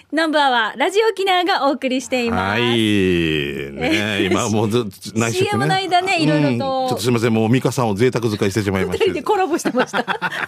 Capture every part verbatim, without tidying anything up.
ナンバーはラジオ沖縄がお送りしています。 はいね、今もうず内職ねシーエム の間ねいろいろと、うん、ちょっとすみません、もう美香さんを贅沢使いしてしまいました。 ふたりでコラボしてました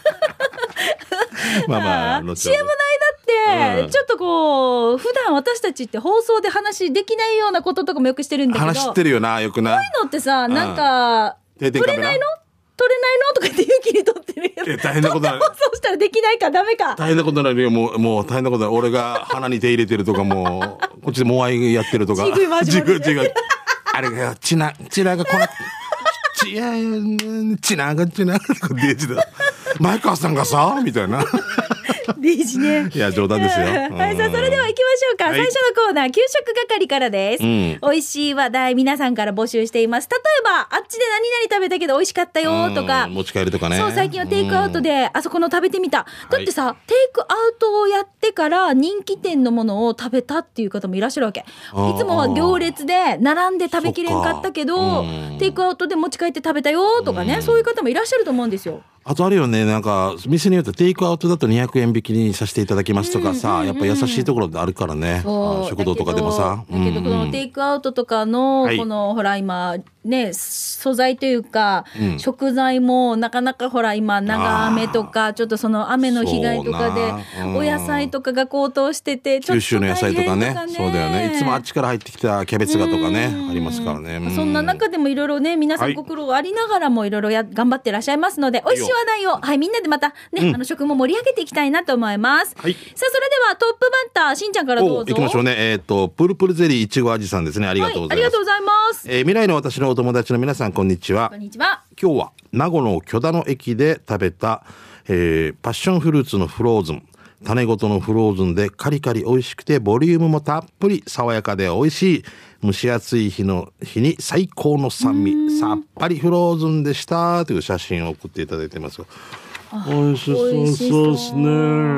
まあまあシーエム の間って、うん、ちょっとこう普段私たちって放送で話できないようなこととかもよくしてるんだけど、 話してるよな、よくな。 こういうのってさ、なんか取れないの取れないのとかって勇気に取ってるけど、 大変なことなる。 放送したらできないかダメか。 大変なことなるよ。もうもう大変なことなる。俺が鼻に手入れてるとか、もうこっちでモアイやってるとか。 ジグマジマジジグジグあれがチナチナがこなチヤチナがチナデイジだ。前川さんがさみたいな。 デイジね。 いや冗談ですよ。 はい、さあそれでは行きましょうか。はい、最初のコーナー、給食係からです。うん、美味しい話題皆さんから募集しています。例えばあっちで何々食べたけど美味しかったよとか、 持ち帰りとかね。 そう、最近はテイクアウトであそこの食べてみた。だってさ、はい、テイクアウトをやってから人気店のものを食べたっていう方もいらっしゃるわけ。いつもは行列で並んで食べきれんかったけど、テイクアウトで持ち帰って食べたよとかね、そういう方もいらっしゃると思うんですよ。 あとあるよね、なんか店によってテイクアウトだとにひゃくえん引きにさせていただきますとかさ、うんうんうん、やっぱ優しいところってあるからね。食堂とかでもさ、 だけどこのテイクアウトとかのこの、はい、ほら今ね、素材というか、うん、食材もなかなかほら今長雨とかちょっとその雨の被害とかでお野菜とかが高騰してて、 九州の野菜とかね、そうだよね。いつもあっちから入ってきたキャベツがとかねありますからね。 そんな中でもいろいろね、皆さんご苦労ありながらもいろいろや頑張ってらっしゃいますので、美味しい話題を、はい、みんなでまたね、うん、あの食も盛り上げていきたいなと思います。はい、さあそれではトップバッターしんちゃんからどうぞ。 いきましょうね。えっとプルプルゼリーいちご味さんですね。ありがとうございます。 はい、ありがとうございます。 えー、未来の私のお友達の皆さんこんにちは。 こんにちは。 今日は名護の許田の駅で食べた、えー、パッションフルーツのフローズン、種ごとのフローズンでカリカリ美味しくてボリュームもたっぷり、爽やかで美味しい、蒸し暑い日の日に最高の酸味、さっぱりフローズンでしたという写真を送っていただいてます。美味しそうですね。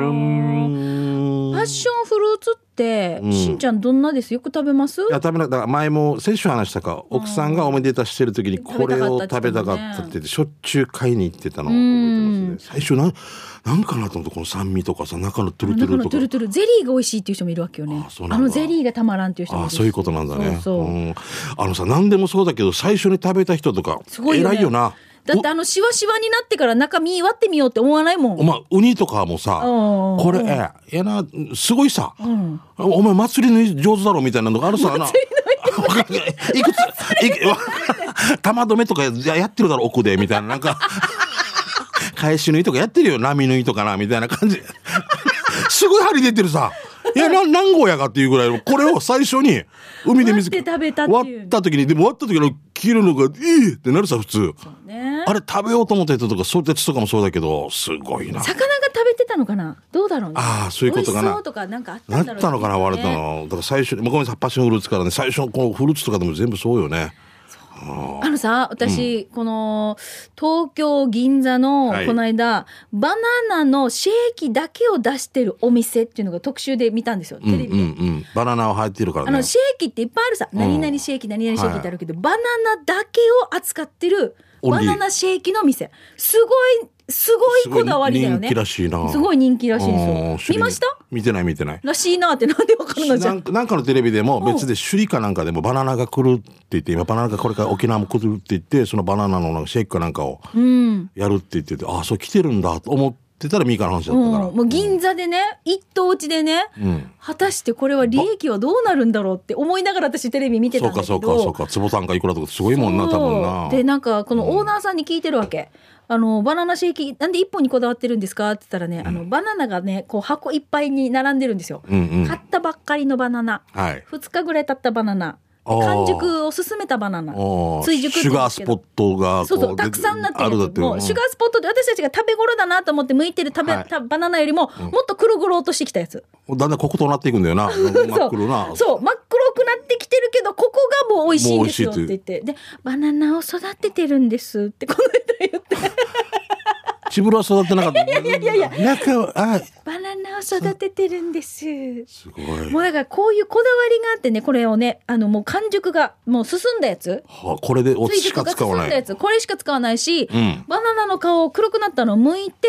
パッションフルーツって、うん、しんちゃんどんなです？よく食べます？いや食べなだから前も先週話したか、奥さんがおめでたしてる時にこれを食べたかったって言ってしょっちゅう買いに行ってたのを覚えてますね。最初ななんかなと思って、この酸味とかさ、中のトゥルトゥルとか、中のトゥルトゥルゼリーが美味しいっていう人もいるわけよね。 あ, あのゼリーがたまらんっていう人もいる。 あそういうことなんだね。 そうそう、うん、 あのさ、何でもそうだけど最初に食べた人とかすごいよね、偉いよな。 だってあのシワシワになってから中身割ってみようって思わないもん。 お前ウニとかもさ、これ、うん、えいやな、すごいさ、うん、お前祭りの上手だろみたいなのがあるさな。祭りのいくついく玉止めとかやってるだろ奥でみたいな、なんか返し縫いとかやってるよ、波縫いとかなみたいな感じすごい針出てるさ。いやな何号やかっていうぐらい、これを最初に海で水割って食べたっていう、 割った時に、でも割った時の切るのがいいってなるさ普通。 そうね、 あれ食べようと思った人とかソテツとかもそうだけど、すごいな。 魚が食べてたのかな、どうだろうね。 ああそういうことかな。 美味しそうとかなんかあったんだろうね。 なったのかな、割れたの。だから最初に、ごめんなさい、パッションフルーツからね、最初のこのフルーツとかでも全部そうよね。 あのさ、私、うん、この東京銀座のこの間、はい、バナナのシェーキだけを出してるお店っていうのが特集で見たんですよ、テレビで、うんうんうん、 バナナは入ってるからね。 あのシェーキっていっぱいあるさ、うん、何々シェーキ何々シェーキってあるけど、はい、バナナだけを扱ってるバナナシェーキの店、すごいすごいこだわりだよね。 人気らしいな。 すごい人気らしいんですよ。見ました？ 見てない見てない。 らしいなってなんでわかるのじゃん。 なんかのテレビでも別で首里かなんかでもバナナが来るって言って、今バナナがこれから沖縄も来るって言って、そのバナナのなんかシェイクかなんかをやるって言ってて、うん、ああそう来てるんだと思ってたらミカの話だったから、 うん、もう銀座でね、一等地でね、うん、果たしてこれは利益はどうなるんだろうって思いながら私テレビ見てたんだけど。 そうかそうかそうか、坪単価いくらとかすごいもんな、多分な。 でなんかこのオーナーさんに聞いてるわけ、うん、あのバナナシェーキなんで一本にこだわってるんですかって言ったらね、うん、あのバナナがねこう箱いっぱいに並んでるんですよ、うんうん、買ったばっかりのバナナ、はい、ふつかぐらい経ったバナナ、完熟を進めたバナナ、追熟ってシュガースポットがそうそうたくさんなってるやつ、もうシュガースポットで私たちが食べ頃だなと思って剥いてる食べ、はい、たバナナよりも、うん、もっと黒々としてきたやつ、 だんだんこことなっていくんだよな真っ黒なそう、そう真っ黒くなってきてるけどここがもう美味しいんですよって言って、でバナナを育ててるんですってこの間言ってチブルは育てなかった。いやいやいやいや、中あバナナを育ててるんです。 すごい。 もうだからこういうこだわりがあってね、これをね、あのもう完熟がもう進んだやつ、 はあ、これでおしか使わない。 これしか使わないし、うん、バナナの皮を黒くなったのを剥いて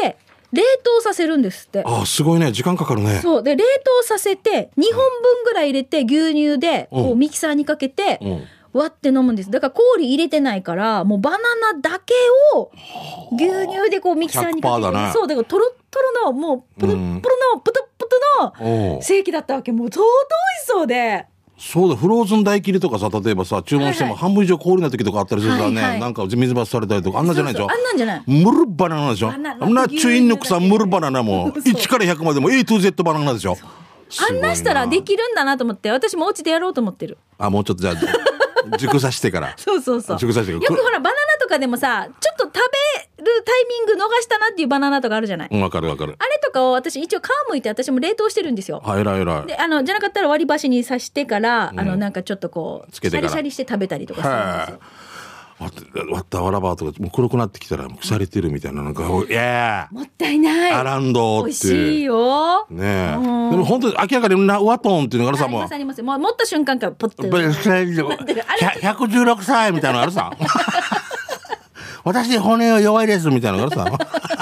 冷凍させるんですって。 あ、すごいね、時間かかるね。 そうで冷凍させてにほんぶんぐらい入れて牛乳でこうミキサーにかけて、うんうん割って飲むんです。だから氷入れてないからもうバナナだけを牛乳でこうミキサーにかけて、ね、そうだからトロットロのもうプルップルのプトプトのセーキだったわけ。もう相当美味しそうで。 そうだ、フローズン大切りとかさ、例えばさ注文しても半分以上氷の時とかあったりするからね、はいはい、なんか水バスされたりとかあんなじゃないでしょ。 そうそうあんなんじゃない。 ムルバナナでしょ。あんなチュインの草ムルバナナもいちからひゃくまでも エートゥーゼット バナナでしょ。 あんなしたらできるんだなと思って私もお家でやろうと思ってる。 あ、もうちょっとじゃあ熟さしてからそうそうそう熟さしてからよくほらバナナとかでもさちょっと食べるタイミング逃したなっていうバナナとかあるじゃない。 わ、うん、かるわかる。 あれとかを私一応皮むいて私も冷凍してるんですよ。 あ、偉い偉い。 であのじゃなかったら割り箸に刺してから、うん、あのなんかちょっとこうシャリシャリして食べたりとかするんですよ。 割ったわらばとかもう黒くなってきたら腐れてるみたいななんか、いやもったいないアランドって美味しいよねえ、うん、でも本当に明らかになワトンっていうのがあるさ、もうありますもう持った瞬間からポッてひゃくじゅうろくさいみたいなのあるさ私骨は弱いですみたいなのがあるさ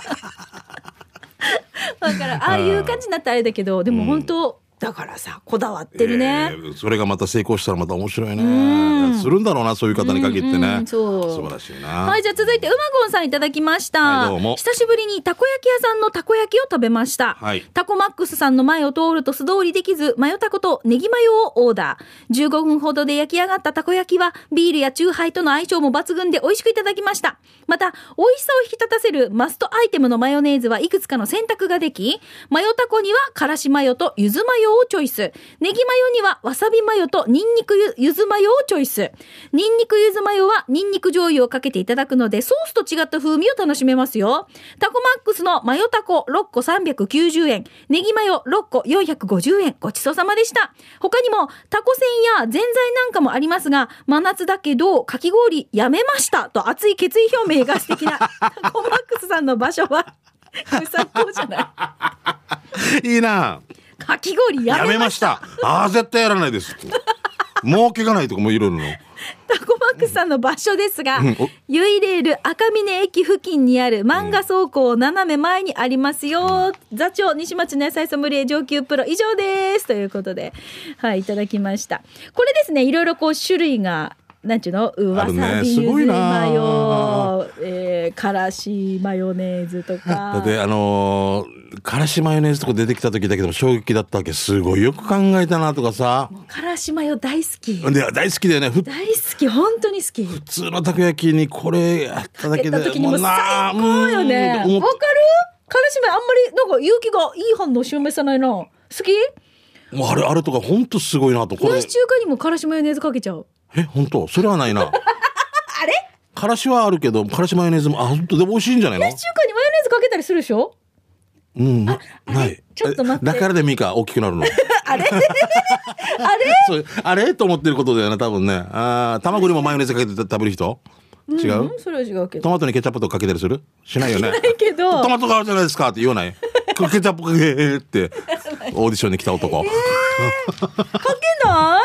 だからああいう感じになってあれだけどでも本当、うんだからさこだわってるね、 えー、それがまた成功したらまた面白いね。するんだろうなそういう方に限ってね、うんうん、そう素晴らしいな。 はい、じゃあ続いてうまごんさんいただきました、はい、どうも久しぶりにたこ焼き屋さんのたこ焼きを食べました、はい、タコマックスさんの前を通ると素通りできずマヨタコとネギマヨをオーダー。じゅうごふんほどで焼き上がったたこ焼きはビールやチューハイとの相性も抜群で美味しくいただきました。また美味しさを引き立たせるマストアイテムのマヨネーズはいくつかの選択ができ、マヨタコにはからしマヨとゆずマヨをチョイス、ネギマヨにはわさびマヨとニンニクゆゆずマヨをチョイス。ニンニクゆずマヨはニンニク醤油をかけていただくのでソースと違った風味を楽しめますよ。タコマックスのマヨタコろっこさんびゃくきゅうじゅうえん、ネギマヨろっこよんひゃくごじゅうえん、ごちそうさまでした。他にもタコせんやぜんざいなんかもありますが、真夏だけどかき氷やめましたと熱い決意表明が素敵なタコマックスさんの場所は最高じゃないいいな。 かき氷やめました。 ああ絶対やらないです儲けがないとかもいろいろのタコマックスさんの場所ですが、ユイレール赤峰駅付近にある漫画倉庫斜め前にありますよ、うん、座長西町の野菜ソムリエ上級プロ以上ですということで、はい、いただきました。これですね、いろいろこう種類がなんちゅうの、わさびゆずマヨ、えー、からしマヨネーズとか。 だってあのー、からしマヨネーズとか出てきた時だけでも衝撃だったわけ。すごいよく考えたなとかさ。 もうからしマヨ大好き。 で大好きだよね。 大好き、本当に好き。 普通のたこ焼きにこれやっただけでかけた時にも最高よね。わかる？からしマヨあんまりなんか勇気がいい反応示さないな。好き？ もうあれあれとか本当すごいなと。これ冷やし中華にもからしマヨネーズかけちゃう。 え、本当？それはないな。 あれ？ からしはあるけど、からしマヨネーズも、あ、本当でも美味しいんじゃないの？ 冷やし中華にマヨネーズかけたりするでしょ？ うん、な、ない。 ちょっと待って。 だからでミカ大きくなるの。 あれ？あれ？ そう、あれと思ってることだよね、多分ね。ああ、卵にもマヨネーズかけて食べる人？違う？ うん、それは違うけど。 トマトにケチャップとかけたりする？しないよね。 ないけど。 トマトがあるじゃないですかって言わない？ケチャップかけってオーディションに来た男。えー、かけない？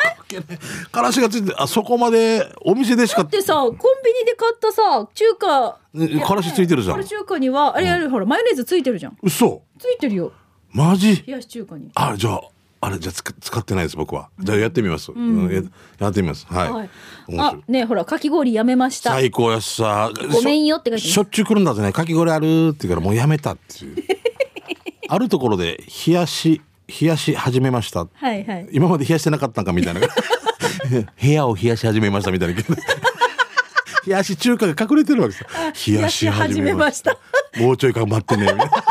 からしがついて、あそこまでお店でしか。 だってさ、コンビニで買ったさ中華からしついてるじゃん。 からし中華にはあれあれ、うん、ほらマヨネーズついてるじゃん。 嘘。 ついてるよ。 マジ？ 冷やし中華に。 あ、じゃああれじゃあ使ってないです僕は。じゃあやってみます。うん、や, やってみます。はい。はい、 あね、ほらかき氷やめました。 最高やしさ。 ごめんよって書いてます。 しょっちゅう来るんだぜね。かき氷あるって言うからもうやめたっていう。あるところで冷やし冷やし始めました。 はいはい。 今まで冷やしてなかったんかみたいな。部屋を冷やし始めましたみたいな。冷やし中華が隠れてるわけです。冷やし始めました。もうちょい頑張ってね。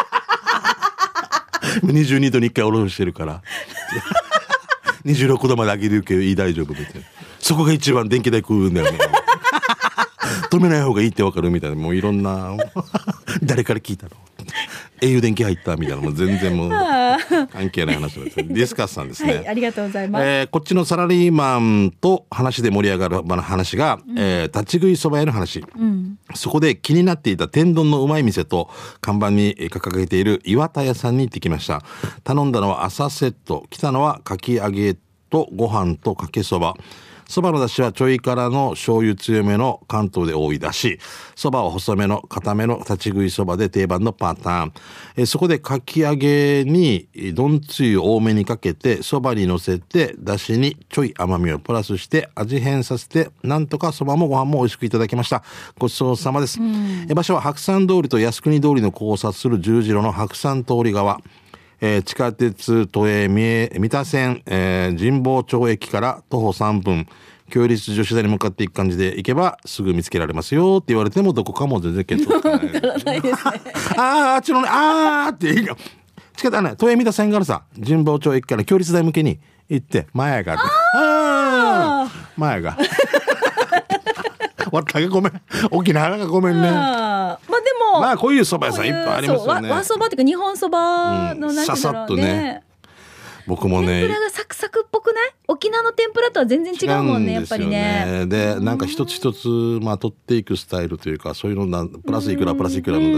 にじゅうにどにいっかいおろしてるから。にじゅうろくどまで上げるけどいい大丈夫で。そこが一番電気代食うんだよね。止めない方がいいってわかるみたいな。もういろんな誰から聞いたの。au 電気入ったみたいなもう全然もう関係ない話です。ディスカスさんですね、 はい、ありがとうございます、 えー、こっちのサラリーマンと話で盛り上がる話が、うんえー、立ち食いそば屋の話、うん、そこで気になっていた天丼のうまい店と看板に掲げている岩田屋さんに行ってきました。頼んだのは朝セット、来たのはかき揚げとご飯とかけそば。 そばの出汁はちょい辛の醤油強めの関東で多い出汁。そばは細めの固めの立ち食いそばで定番のパターン。えそこでかき揚げに丼つゆ多めにかけてそばに乗せて出汁にちょい甘みをプラスして味変させてなんとかそばもご飯も美味しくいただきました。ごちそうさまです。え場所は白山通りと靖国通りの交差する十字路の白山通り側。えー、地下鉄都営三重三田線、えー、神保町駅から徒歩さんぷん、共立女子大に向かっていく感じで行けばすぐ見つけられますよって言われてもどこかも全然検討わからないですねあああっちのねあーっていいよ地下鉄ね都営三田線からさ神保町駅から共立大向けに行って前がああ前がわったけごめん沖縄がごめんね。 あまあでもまあこういうそば屋さんいっぱいありますよね。 和, 和そばっていうか日本そばのなんていうんだろうね、うん、ささっとね。 僕もね天ぷらがサクサクっぽくない？沖縄の天ぷらとは全然違うもんね、やっぱりね。 でなんか一つ一つまあ取っていくスタイルというかそういうのなプラスいくらプラスいくらの、うん、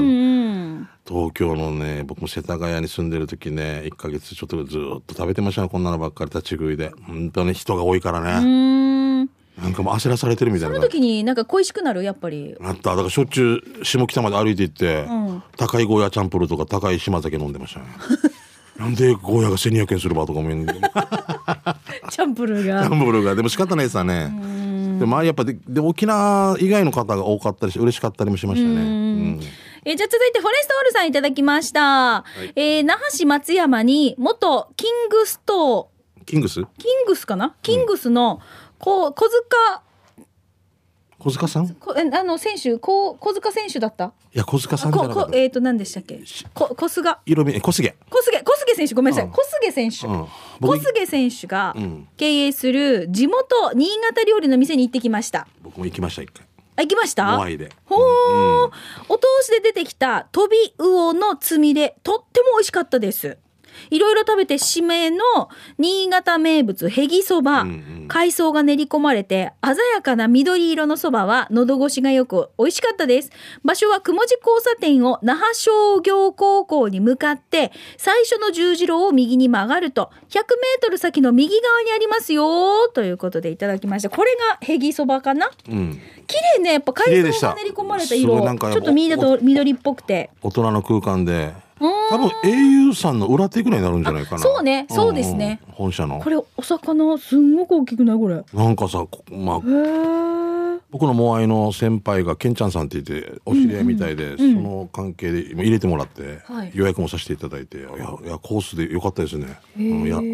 東京のね僕も世田谷に住んでる時ねいっかげつちょっとずっと食べてましたね。こんなのばっかり立ち食いで本当に人が多いからね。うんなんかもう焦らされてるみたいな。 その時になんか恋しくなるやっぱり。 あっただからしょっちゅう下北まで歩いて行って、うん、高いゴーヤチャンプルとか高い島酒飲んでましたねなんでゴーヤがせんにひゃくえんするばとか思うんでチャンプルがチャンプルがでも仕方ないですわね。でまあやっぱ で, で沖縄以外の方が多かったりして嬉しかったりもしましたね。うんうんえじゃあ続いてフォレストオールさんいただきました、はいえー、那覇市松山に元キングストキングスキングスかなキングスの、うんこ小塚小塚さんこあの選手こ小塚選手だった。 いや小塚さんじゃなかった。 えっ、ー、と何でしたっけこ小菅色味小菅小菅小菅選手ごめんなさい、うん、小菅選手、うん、小菅選手が経営する地元新潟料理の店に行ってきました。 僕も行きました一回。 あ行きました。 モアイでほー、うん、お通しで出てきた飛び魚のつみれとっても美味しかったです。いろいろ食べて締めの新潟名物へぎそば、うんうん、海藻が練り込まれて鮮やかな緑色のそばは喉越しがよく美味しかったです。場所は雲地交差点を那覇商業高校に向かって最初の十字路を右に曲がるとひゃくメートル先の右側にありますよということでいただきました。これがへぎそばかな、うん、綺麗ね。やっぱ海藻が練り込まれた色ちょっと緑っぽくて大人の空間で多分 エーユー さんの裏手ぐらいになるんじゃないかな。 そうねそうですね、 うんうん、本社のこれお魚すんごく大きくないこれなんかさ、まあ、僕のモアイの先輩がケンちゃんさんって言ってお知り合いみたいで、うんうん、その関係で今入れてもらって、はい、予約もさせていただいていやいやコースでよかったですね。いや、うん、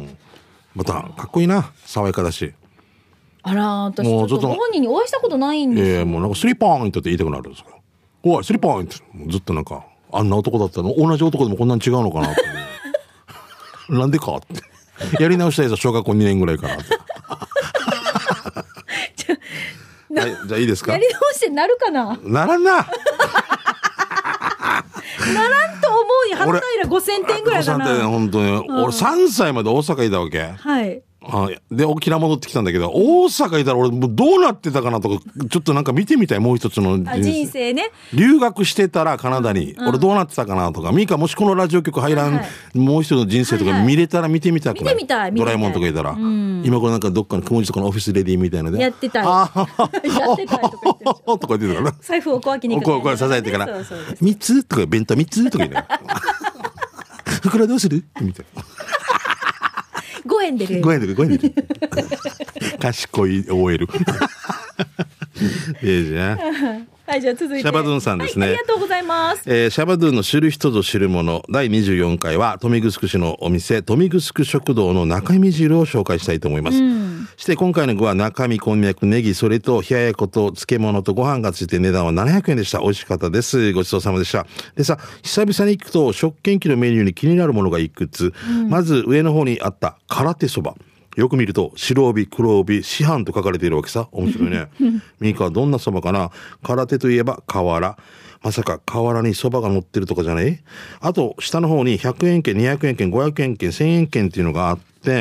またかっこいいな爽やかだし。 あら私ちょっとご本人にお会いしたことないんですよ。 えー、もうなんかスリーポイントって言いたくなるんですよ。おいスリーポイントずっとなんかあんな男だったの同じ男でもこんなに違うのかなってなんでかってやり直したやつは小学校にねんぐらいかなってじゃ, はい、じゃあいいですか。 やり直してなるかな。 ならんなならんと思うよ。花平ごせんてんぐらいかな。 本当に、うん、俺さんさいまで大阪いたわけ。 はいあで沖縄戻ってきたんだけど大阪いたら俺もうどうなってたかなとかちょっとなんか見てみたい。もう一つの人 生, 人生ね。 留学してたらカナダに、うん、俺どうなってたかなとかミカもしこのラジオ局入らん、はい、もう一つの人生とか見れたら見てみたくない、はいはい、見てみたいドラえもんとかいたら、うん、今これなんかどっかの雲地とかのオフィスレディみたいなでやってたやってたとか言ってるとか言ってたから財布を小脇にこうこう支えてからみっつとか弁当みっつとか言って袋どうするみたいなごえんでるごえんでるごえんでる賢い オーエル いいじゃん。 はいじゃあ続いてシャバドゥンさんですね、 はい、ありがとうございます、 えー、シャバドゥンの知る人ぞ知るものだいにじゅうよんかいは豊見城市のお店豊見城食堂の中身汁を紹介したいと思います、うん、して今回の具は中身こんにゃくネギそれと冷ややっこと漬物とご飯がついて値段はななひゃくえんでした。美味しかったです。ごちそうさまでした。でさ久々に行くと食券機のメニューに気になるものがいくつ、うん、まず上の方にあった空手そばよく見ると白帯黒帯師範と書かれているわけさ。面白いねミカはどんなそばかな。空手といえば瓦。まさか瓦にそばが乗ってるとかじゃない。あと下の方にひゃくえん券にひゃくえん券ごひゃくえん券せんえん券っていうのがあって、うん、 、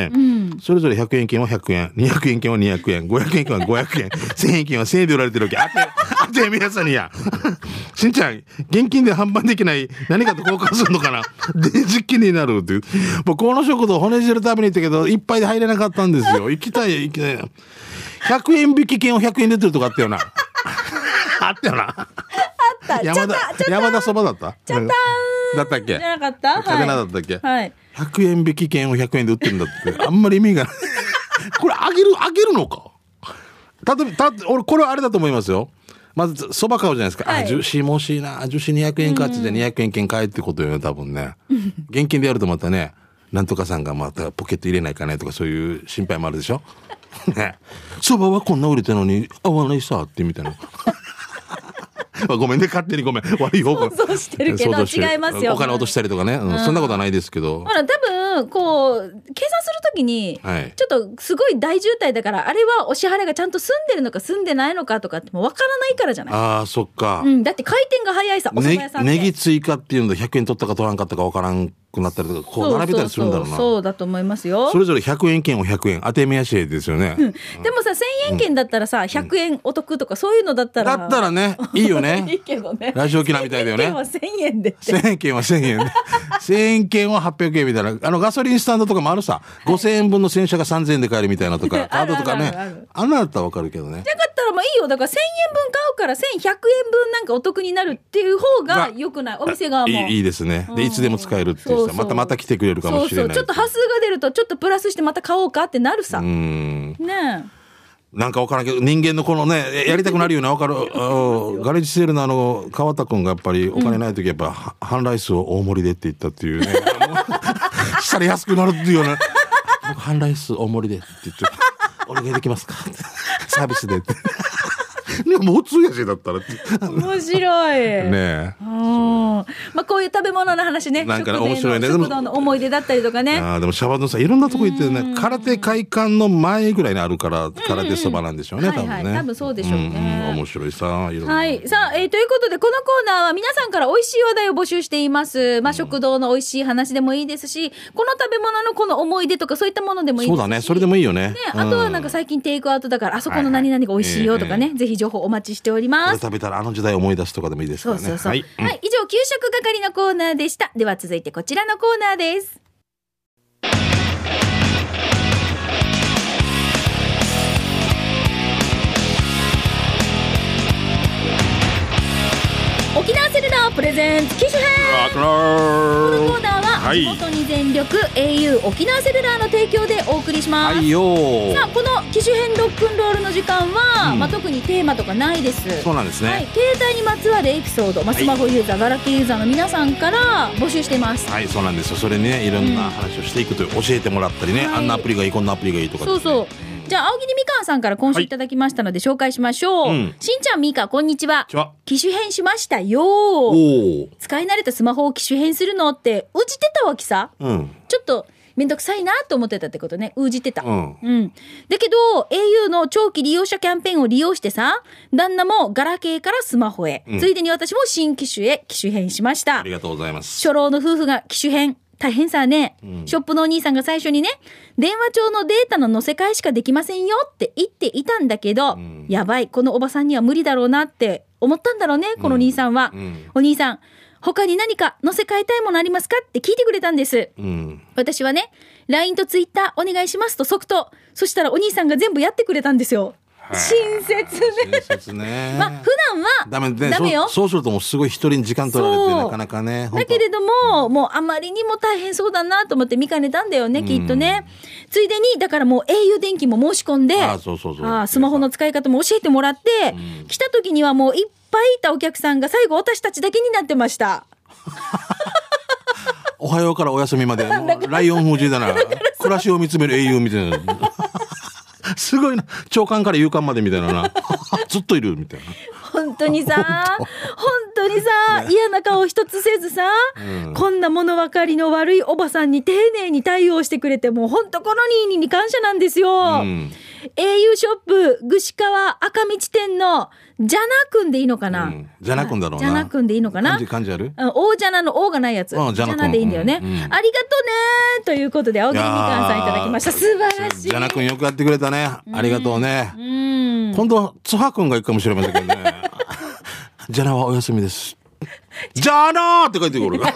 それぞれひゃくえん券はひゃくえん、にひゃくえん券はにひゃくえん、ごひゃくえん券はごひゃくえん、せんえん券はせんえんで売られてるわけ。あて、あて皆さんにや。しんちゃん、現金で販売できない何かと交換するのかな。で、実機になるっていう。もうこの食堂骨汁食べに行ったけど、いっぱいで入れなかったんですよ。行きたい、行きたい。ひゃくえん引き券をひゃくえんで売ってるとこあったよな。あったよな。 あった山田、山田そばだったちゃったーだったっけじゃなかったカデナだったっけ、 はい、 ひゃくえん引き券をひゃくえんで売ってるんだってあんまり意味がないこれあげるあげるのかたとた俺これはあれだと思いますよ。まずそば買うじゃないですか、はい、あ樹脂もしいな樹脂にひゃくえんかってにひゃくえん券買えってことよね多分ね現金でやるとまたねなんとかさんがまたポケット入れないかねとかそういう心配もあるでしょねそばはこんな売れてるのに合わないさってみたいなごめんね勝手にごめん悪い方向想像してるけど違いますよ。 お金落としたりとかね、うんうん、そんなことはないですけどほら多分こう計算するときに、はい、ちょっとすごい大渋滞だからあれはお支払いがちゃんと済んでるのか済んでないのかとかってもう分からないからじゃない。 ああそっか、 うん、だって回転が早いさお蕎麦屋さんってネギ追加っていうのでひゃくえん取ったか取らんかったか分からんくなったりとかこう並べたりするんだろうな。 そうそうそうそうだと思いますよ。 それぞれひゃくえん券をひゃくえん当て目やしですよね、 うん、でもさせんえん券だったらさ、うん、ひゃくえんお得とかそういうのだったらだったらねいいよねいいけどねラジオ機能みたいだよね。 せんえん券はせんえんでせんえん券はせんえんでせんえん券ははっぴゃくえんみたいなあのガソリンスタンドとかもあるさ、はい、ごせんえんぶんの洗車がさんぜんえんで買えるみたいなとかカードとかね あ, あ, あ, あんなだったらわかるけどね。 だったらもういいよだからせんえんぶん買うからせんひゃくえんぶんなんかお得になるっていう方がよくないお店側もい い, いいですねでいつでも使えるっていうさまたまた来てくれるかもしれない。 そうそうちょっと端数が出るとちょっとプラスしてまた買おうかってなるさ。うんねえなんか分からんけど人間のこのねやりたくなるような分かるガレージセールのあの川田君がやっぱりお金ない時やっぱ、うん、半ライスを大盛りでって言ったっていうねしたら安くなるっていうような僕半ライス大盛りでって言ってお願いできますかサービスでってね、もう普通やしだったら面白いねえまあこういう食べ物の話ねなんかね面白いね食堂の思い出だったりとかね。 あでもシャバのさいろんなとこ行ってね空手会館の前ぐらいにあるから空手そばなんでしょうね、うんうん、多分ね、はいはい、 多分そうでしょうね、 うんうん、面白いさいろんなはいさあ、えー、ということでこのコーナーは皆さんから美味しい話題を募集しています、まあ、食堂の美味しい話でもいいですしこの食べ物のこの思い出とかそういったものでもいいですしそうだねそれでもいいよね、ね、 あとはなんか最近テイクアウトだからあそこの何々が美味しいよとかね、はいはいえー、ぜひ情報お待ちしております。 これ食べたらあの時代思い出すとかでもいいですからね。 そうそうそう、 はい、 うんはい、以上給食係のコーナーでした。では続いてこちらのコーナーです。沖縄セルラープレゼンツ機種編。このコーナーは地元に全力 エーユー 沖縄セルラーの提供でお送りします、はい、よさあこの機種編ロックンロールの時間は、うんまあ、特にテーマとかないです。 そうなんですね、 はい、携帯にまつわるエピソード、まあ、スマホユーザー、はい、ガラケーユーザーの皆さんから募集しています。 はいそうなんですよ。それにねいろんな話をしていくという、うん、教えてもらったりね、はい、あんなアプリがいいこんなアプリがいいとか、ね、 そうそうじゃあ青桐みかんさんから今週いただきましたので紹介しましょう、はいうん、しんちゃんみーかこんにちは。機種変しましたよ。使い慣れたスマホを機種変するのってうじてたわけさ、うん、ちょっとめんどくさいなと思ってたってことね。うじてた、うんうん、だけど エーユー の長期利用者キャンペーンを利用してさ旦那もガラケーからスマホへ、うん、ついでに私も新機種へ機種変しました。 ありがとうございます。 初老の夫婦が機種変大変さね、うん、ショップのお兄さんが最初にね電話帳のデータの載せ替えしかできませんよって言っていたんだけど、うん、やばいこのおばさんには無理だろうなって思ったんだろうねこの兄さんは、うんうん、お兄さん他に何か載せ替えたいものありますかって聞いてくれたんです、うん、私はね ライン と ツイッター お願いしますと即答。そしたらお兄さんが全部やってくれたんですよ。親切ね。 親切ね。 まあ普段はダメね。 ダメよ。そ う, そうするともうすごい一人に時間取られてなかなかね。 だけれども、うん、もうあまりにも大変そうだなと思って見かねたんだよね、うん、きっとね。ついでにだからもう エーユー 電気も申し込んで、 あそうそうそう。 あスマホの使い方も教えてもらって、うん、来た時にはもういっぱいいたお客さんが最後私たちだけになってました。 おはようからお休みまでライオン風じだな。暮らしを見つめる エーユー みたいな。すごいな。長官から夕刊までみたいなな。ずっといるみたいな。 本当にさ本当にさ、ね、嫌な顔一つせずさ、うん、こんな物分かりの悪いおばさんに丁寧に対応してくれてもう本当このニーニーに感謝なんですよ、うん、 エーユー ショップ串川赤道店のジャナくんでいいのかな、うん、 ジャナくんだろうな。 ジャナくんでいいのかな。 漢字漢字ある？ 大ジャナの大がないやつ。 うん、 ジャナでいいんだよね、うんうん。ありがとうねということで青木みかんさんいただきました。素晴らしい。 ジャナくんよくやってくれたね。ありがとうね。うん、今度はツハくんが行くかもしれませんけどね。ジャナはお休みです。ジャナーって書いてくる。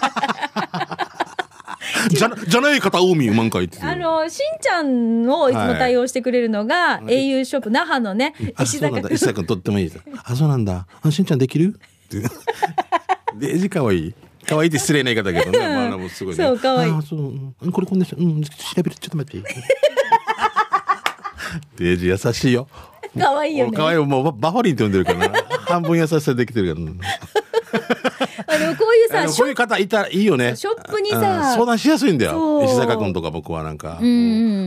じゃじゃない方海うまんかいってあのしんちゃんをいつも対応してくれるのが、はい、エーユー ショップ那覇のね石坂君。 石坂君とってもいいです。あ、そうなんだ。あ、しんちゃんできるってデジかわいいかわいいって失礼な言い方だけどね。まあもうすごいね。 そうかわいい。 あ、そう、うん、これこんな人、うん、調べるちょっと待って。デジ優しいよ。 かわいいよね。 かわいい。もうバファリンって呼んでるからな。半分優しさできてるから、ね。 あのこういうさこういう方いたらいいよね。 ショップにさ相談しやすいんだよ。石坂君とか僕はなんか、うん、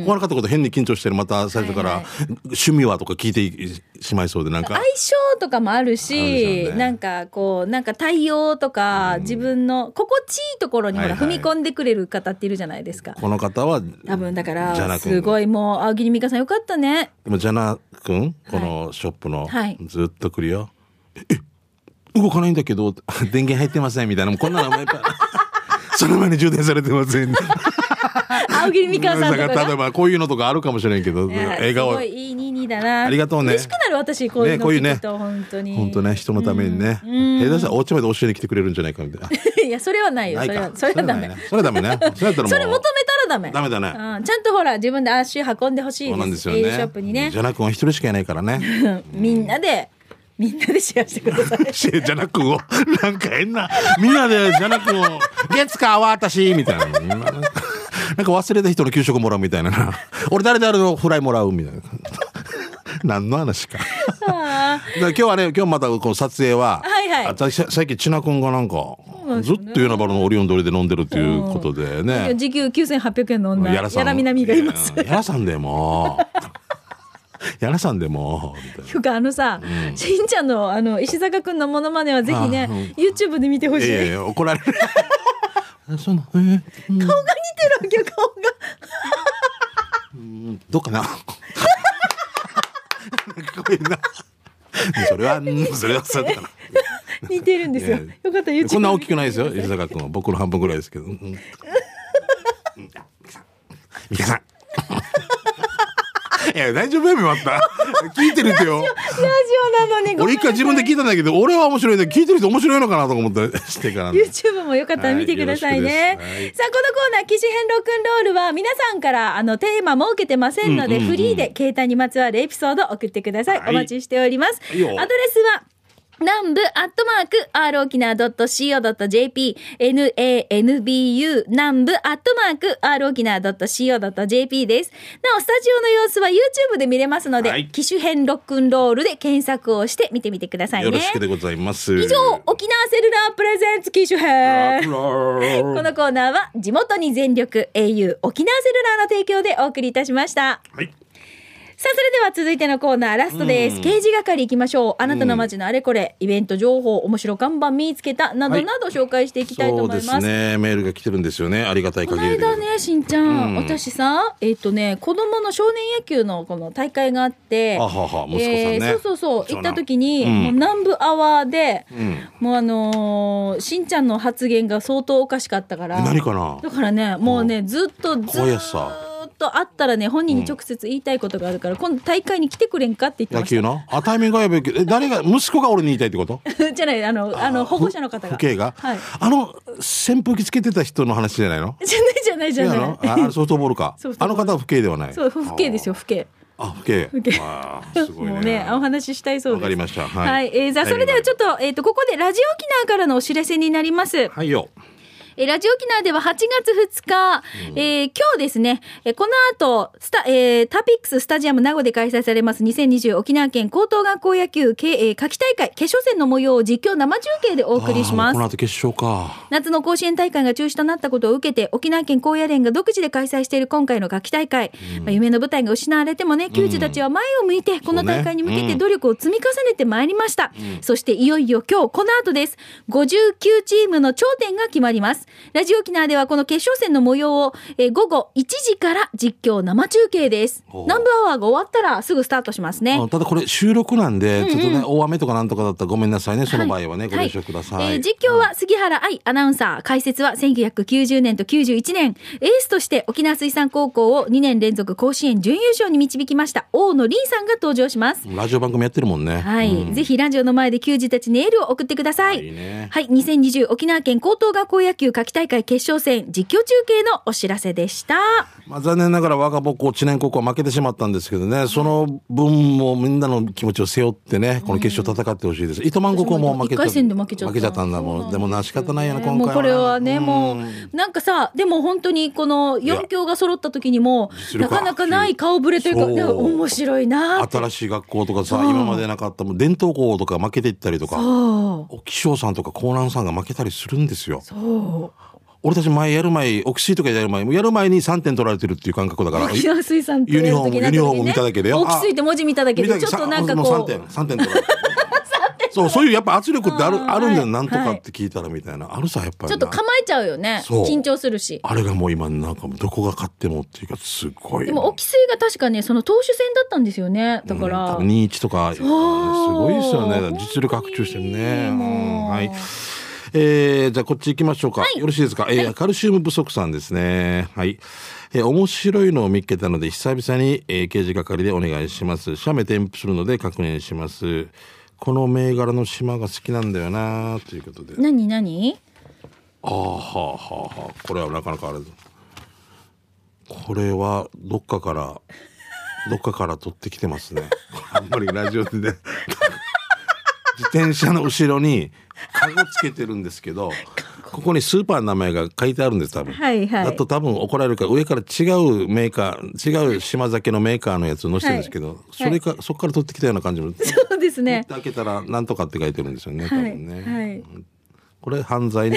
他の方こと変に緊張してる、また最初から、はいはい、趣味はとか聞いてしまいそうで、なんか相性とかもあるし、ね、なんかこうなんか対応とか、うん、自分の心地いいところにほら、はいはい、踏み込んでくれる方っているじゃないですか。 この方は多分だからすごいもう青桐美香さんよかったね。 でもジャナ君このショップの、はい、ずっと来るよ。え動かないんだけど電源入ってませんみたいな、もうこんなのもやっぱその前に充電されてません。 青桐美香さんとかが例えばこういうのとかあるかもしれんけど、笑顔すごいいいニーニーだな。 ありがとうね。 嬉しくなる私こういうの聞くと、ね、本当に本当ね、人のためにね、下手したらお家まで教えに来てくれるんじゃないかみたいな。 いやそれはないよ。それはそれはダメ。 それはダメね。それ求めたらダメ。 ダメだね、 うん。ちゃんとほら自分で足運んでほしいです。 そうなんですよね。 ショップにね。 ジャナ君は一人しかいないからね。 みんなで。みんなでシェアしてください。 シェアじゃなくをなんか変なみんなでじゃなくを月かは私みたいな、なんか忘れた人の給食もらうみたいな、俺誰であるのフライもらうみたいな。何の話か。だ今日はね、今日またこの撮影は、はいはい、あ最近千奈くんがなんかずっと与那原のオリオン通りで飲んでるっていうことでね。 時給きゅうせんはっぴゃくえんの女やらみなみがいます。 やらさんでもやらさんでもいうかあのさ、うん、しんちゃんのあの石坂くんのモノマネはぜひね、うん、YouTube で見てほしい。 いやいや怒られる。その、 えーうん、顔が似てるわけよ顔が。 うんどうかな。それはそれはそうだな。 似てるんですよ。よかったら YouTube こんな大きくないですよ石坂くんは。僕の半分ぐらいですけど。うんミカさん。いや大丈夫やめまった聞いてるってよ。ラジオなのに俺一回自分で聞いたんだけど、俺は面白いんで聞いてる人面白いのかなと思ってしてから、ね、 YouTube もよかったら見てくださいね、はい、さあこのコーナー機種編ロックンロールは皆さんからあのテーマ設けてませんので、うんうんうん、フリーで携帯にまつわるエピソード送ってください、はい、お待ちしております。アドレスは南部アットマーク r 沖縄 .co.jp nanbu 南部アットマーク r 沖縄 .co.jp です。なおスタジオの様子は YouTube で見れますので、はい、機種編ロックンロールで検索をして見てみてくださいね。 よろしくでございます。 以上沖縄セルラープレゼンツ機種編このコーナーは地元に全力 エーユー 沖縄セルラーの提供でお送りいたしました。はい、さあそれでは続いてのコーナーラストです、うん、刑事係行きましょう。あなたの街のあれこれ、うん、イベント情報面白看板見つけたなどなど紹介していきたいと思います、はい、 そうですね、メールが来てるんですよね。ありがたい限りで。 この間ねしんちゃん、うん、私さえっ、ー、とね子供の少年野球のこの大会があってあはは息子さんね、 えー、そうそうそう行った時に、うん、もう南部アワーで、うん、もうあのー、しんちゃんの発言が相当おかしかったから何かな。 だからねもうね、うん、ずっとずっと怖いさと会ったらね本人に直接言いたいことがあるから、うん、今度大会に来てくれんかって言ってました。 野球のあタイミングがやべえけど誰が息子が俺に言いたいってことじゃないあのあの保護者の方が父兄が、はい、あの扇風機つけてた人の話じゃないの。 じゃないじゃないじゃない。 ああソフトボールかあの方は父兄ではない。 そう父兄ですよ父兄。 あ父兄父兄あすごいね。もうねお話ししたいそうです。 わかりました。はい、 はいえー、じゃあそれではちょっと、えー、とここでラジオ沖縄からのお知らせになります。 はいよ。 えラジオ沖縄でははちがつふつか、うん、えー、今日ですね、えこの後スタ、えー、タピックススタジアム名護で開催されますにせんにじゅう沖縄県高等学校野球、えー、夏季大会決勝戦の模様を実況生中継でお送りします。 この後決勝か。 夏の甲子園大会が中止となったことを受けて沖縄県高野連が独自で開催している今回の夏季大会、うんまあ、夢の舞台が失われてもね球児たちは前を向いてこの大会に向けて努力を積み重ねてまいりました、うん、そしていよいよ今日この後です。ごじゅうきゅうチームの頂点が決まります。 ラジオ沖縄ではこの決勝戦の模様を、えー、午後いちじから実況生中継です。南部アワーが終わったらすぐスタートしますね。 ただこれ収録なんで、うんうん、ちょっとね大雨とかなんとかだったらごめんなさいね。その場合はね、はい、ご了承ください。 はい、えー、実況は杉原愛アナウンサー、解説はせんきゅうひゃくきゅうじゅうねんときゅうじゅういちねんエースとして沖縄水産高校をにねん連続甲子園準優勝に導きました大野凛さんが登場します。 ラジオ番組やってるもんね。 はい、うん、ぜひラジオの前で球児たちにエールを送ってください。いいね。はい、にせんにじゅう沖縄県高等学校野球夏季大会決勝戦実況中継のお知らせでした。 まあ、残念ながら我が母校知念高校は負けてしまったんですけどね、その分もみんなの気持ちを背負ってね、この決勝戦ってほしいです。糸満高校も負けちゃった。いっかい戦で負けちゃった。負けちゃったんだもん。でもな仕方ないよな、今回は。 もうこれはね、もうなんかさ、でも本当にこのよん強が揃った時にもなかなかない顔ぶれというか、いや面白いな。 新しい学校とかさ、今までなかったもう伝統校とか負けていったりとか、沖翔さんとか江南さんが負けたりするんですよ。そう。俺たち前やる前、オキシーとかやる前、やる前にさんてん取られてるっていう感覚だから。 沖縄水産ユニフォーム、ユニフォーム見ただけでよ。 オキシーって文字見ただけで、ちょっとなんかこう。 さんてん、さんてん取られてる。そう、そういうやっぱ圧力ってある、あるんだよ、なんとかって聞いたらみたいな。あるさ、やっぱり。 ちょっと構えちゃうよね。緊張するし。 あれがもう今、なんかどこが勝ってもっていうか、すごい。 でも、オキ水が確かね、その投手戦だったんですよね。だから。 うん、にたいいちとか、すごいですよね。実力白昼してるね。うん、はい。えー、じゃあこっち行きましょうか。はい、よろしいですか。えーはい、カルシウム不足さんですね。はい。えー、面白いのを見っけたので、久々に、えー、刑事係でお願いします。写メ添付するので確認します。この銘柄の島が好きなんだよなということで。 何何？ ああ、はあ、はあ、はあ。これはなかなかあれだ。これはどっかから、どっかから取ってきてますね。あんまりラジオでね。自転車の後ろにカゴつけてるんですけど、ここにスーパーの名前が書いてあるんです多分。はいはい。だと多分怒られるから上から違うメーカー、違う島酒のメーカーのやつを載せてるんですけど、はい、それか、はい、そこから取ってきたような感じも。 そうですね。 開けたらなんとかって書いてるんですよね。多分ね。はい。はい、これ犯罪に。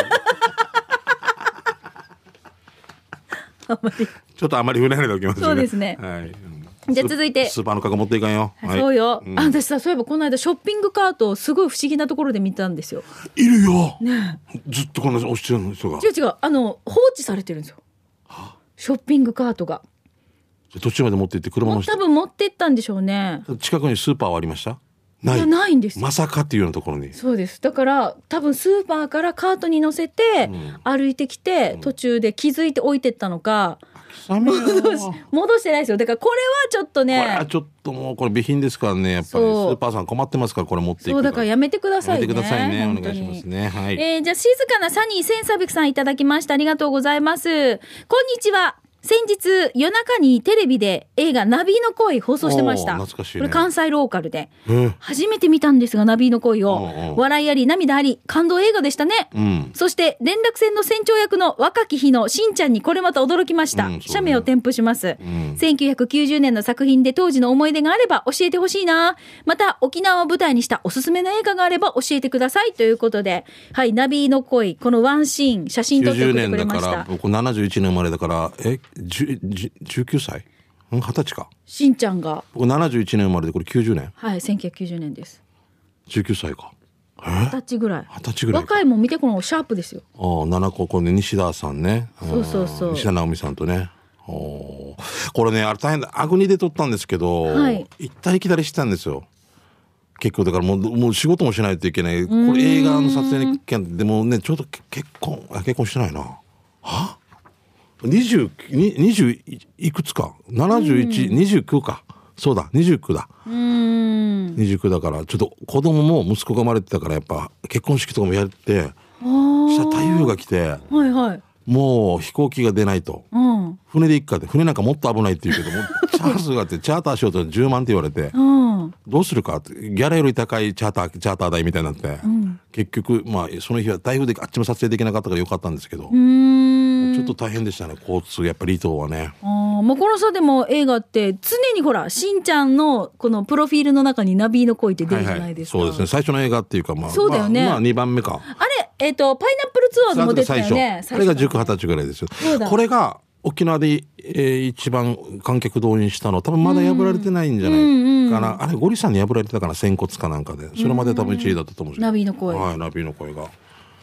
あまり。ちょっとあまり触れないでおきますね。 そうですね。はい。じゃあ続いてスーパーのカゴ持っていかんよ。 はい、そうよ、うん、あ私さそういえばこの間ショッピングカートをすごい不思議なところで見たんですよ。 いるよ、ね、ずっとこんな押してるの人が。 違う違う、あの放置されてるんですよ、ショッピングカートが。 途中まで持って行って車の人多分持って行ったんでしょうね。 近くにスーパーはありました？ない。 いやないんですよ。 まさかっていうようなところに。 そうです。だから多分スーパーからカートに乗せて歩いてきて、うん、途中で気づいて置いてったのか、戻し、戻してないですよ。だからこれはちょっとね、 これはちょっともうこれ備品ですからね、やっぱりスーパーさん困ってますから、これ持っていく。 そうだからやめてくださいね。 やめてくださいね。お願いしますね。はい。 えー、じゃあ静かなサニーせんさんびゃくさんいただきました。ありがとうございます。こんにちは。先日夜中にテレビで映画ナビの恋放送してました。 懐かしいね。 これ関西ローカルで、うん、初めて見たんですが、ナビの恋を、うんうん、笑いあり涙あり感動映画でしたね、うん、そして連絡船の船長役の若き日のしんちゃんにこれまた驚きました、うん、写メを添付します、うん、せんきゅうひゃくきゅうじゅうねんの作品で当時の思い出があれば教えてほしいな。また沖縄を舞台にしたおすすめの映画があれば教えてくださいということで、はい、ナビの恋、このワンシーン写真撮って送ってくれました。きゅうじゅうねんだから僕ななじゅういちねん生まれだからえじゅじゅうきゅうさい、うん、はたちか。しんちゃんが僕ななじゅういちねん生まれでこれきゅうじゅうねん。はい、せんきゅうひゃくきゅうじゅうねんです。じゅうきゅうさいか。はたちぐらい。はたちぐらい。若いもん見て、このシャープですよ。ああ、ななここね、西田さんね。そうそうそう。西田直美さんとね。おこれね、あれ大変だ。アグニで撮ったんですけど、はい、行ったり来たりしてたんですよ。結構だからもう、もう仕事もしないといけない。これ映画の撮影にでもね、ちょうど結婚、あ、結婚してないな。はにじゅう、にじゅういくつかななじゅういち、にじゅうきゅうか。そうだ、にじゅうきゅうだ。うーん。にじゅうきゅうだから、ちょっと子供も息子が生まれてたから、やっぱ結婚式とかもやって、した台風が来て、はいはい。もう飛行機が出ないと。うん。船で行くかで、船なんかもっと危ないって言うけども、チャースがあって、チャーターしようとじゅうまんって言われて、うん。どうするかって、ギャラより高いチャーター、チャーター代みたいになって、うん、結局、まあ、その日は台風であっちも撮影できなかったからよかったんですけど、うーん、ちょっと大変でしたね、交通、やっぱり離島はね。あ、もうこのさ、でも映画って常にほら、しんちゃんのこのプロフィールの中にナビの恋って出るじゃないですか。はいはい、そうですね、最初の映画っていうか、まあ、そうだよね。まあ、まあ、にばんめか。あれ、えっ、ー、と、パイナップルツアーズも出てたよね。最初。あれがじゅうきゅう、はたちぐらいですよ。これが、沖縄で、えー、一番観客動員したの多分まだ破られてないんじゃないかな、うんうん、あれゴリさんに破られてたかな、仙骨かなんかで。それまで多分いちいだったと思うんですよ。ナビの声。はい、ナビの声が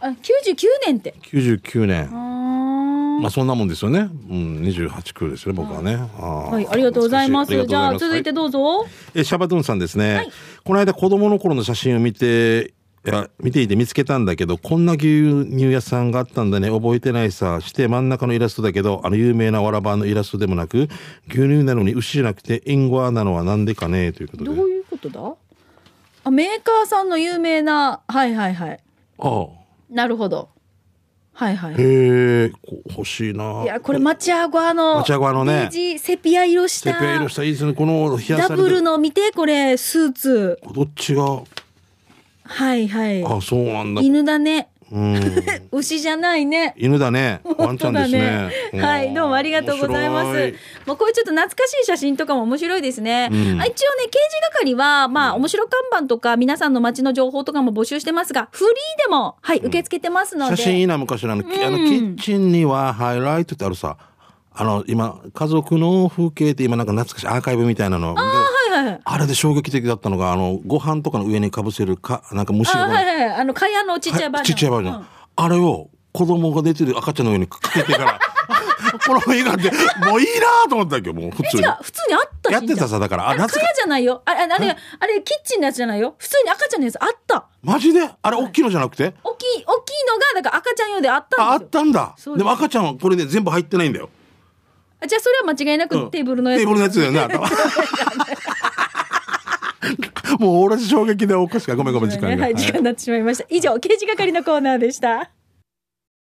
あ、きゅうじゅうきゅうねんって。 きゅうじゅうきゅうねん。 あまあそんなもんですよね。うん、にじゅうはちクールですね、僕はね。あはい、ありがとうございます。じゃあ続いてどうぞ。はい、 えシャバドゥンさんですね、 はい、 この間子供の頃の写真を見ていや見ていて見つけたんだけど、こんな牛乳屋さんがあったんだね、覚えてないさ。して真ん中のイラストだけど、あの有名なわらばのイラストでもなく、牛乳なのに牛じゃなくてインゴアなのはなんでかね、ということで。 どういうことだ。あ、メーカーさんの有名な、はいはいはい。 ああ、 なるほど。はいはい。 へえ、欲しいな。 いや、これマチアゴアのマチアゴアのね、 ベージセピア色したセピア色したいいですね。この冷やされてダブルの見て、これスーツ。 どっちが。 はいはい。 あ、そうなんだ。 犬だね。 うん、 牛じゃないね。 犬だね。ワンちゃんですね。 ね、はい、どうもありがとうございます。もうこういうちょっと懐かしい写真とかも面白いですね。うん、一応ね、掲示係はまあ面白看板とか皆さんの街の情報とかも募集してますが、フリーでもはい受け付けてますので。 写真いいな、昔のあの、うん、あのキッチンにはハイライトってあるさ。あの今家族の風景って今なんか懐かしいアーカイブみたいなの。 あ、はいはい、 あれで衝撃的だったのが、あのご飯とかの上にかぶせるかなんか虫が、 あ、はいはい、あの蚊帳のちっちゃいバージョン、 ちっちゃいバージョン、うん、あれを子供が出てる赤ちゃんの上にかけてからこの映画ってもういいなと思ったけど、もう普通に。 違う、普通にあったし。 やってたさ、だからあれ蚊帳じゃないよ。あれあれあれキッチンのやつじゃないよ。普通に赤ちゃんのやつあった。 マジで？あれ大きいのじゃなくて？ 大きい大きいのがだから赤ちゃん用であったんですよ。 あ、あったんだ。でも赤ちゃんはこれで全部入ってないんだよ。 じゃあそれは間違いなくテーブルのやつ、 うん、テーブルのやつだよね。もう俺衝撃でおかしか。ごめんごめん、時間が、 はい、時間になってしまいました。以上、刑事係のコーナーでした。